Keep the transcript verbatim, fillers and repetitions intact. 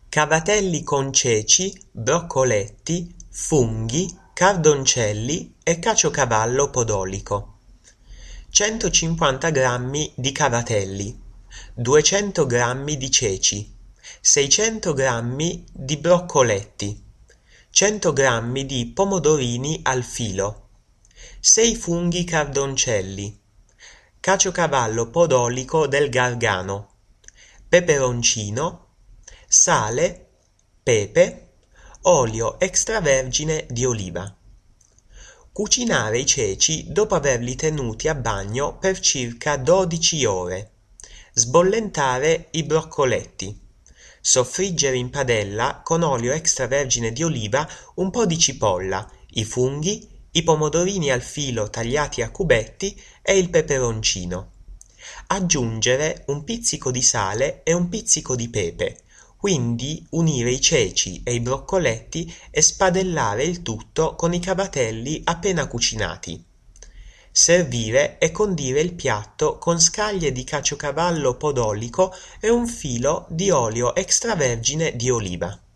Cavatelli con ceci, broccoletti, funghi, cardoncelli e caciocavallo podolico. centocinquanta grammi di cavatelli, duecento grammi di ceci, seicento grammi di broccoletti, cento grammi di pomodorini al filo, sei funghi cardoncelli, caciocavallo podolico del Gargano, peperoncino, sale, pepe, olio extravergine di oliva. Cucinare i ceci dopo averli tenuti a bagno per circa dodici ore. Sbollentare i broccoletti. Soffriggere in padella con olio extravergine di oliva un po' di cipolla, i funghi, i pomodorini al filo tagliati a cubetti e il peperoncino. Aggiungere un pizzico di sale e un pizzico di pepe, quindi unire i ceci e i broccoletti e spadellare il tutto con i cavatelli appena cucinati. Servire e condire il piatto con scaglie di caciocavallo podolico e un filo di olio extravergine di oliva.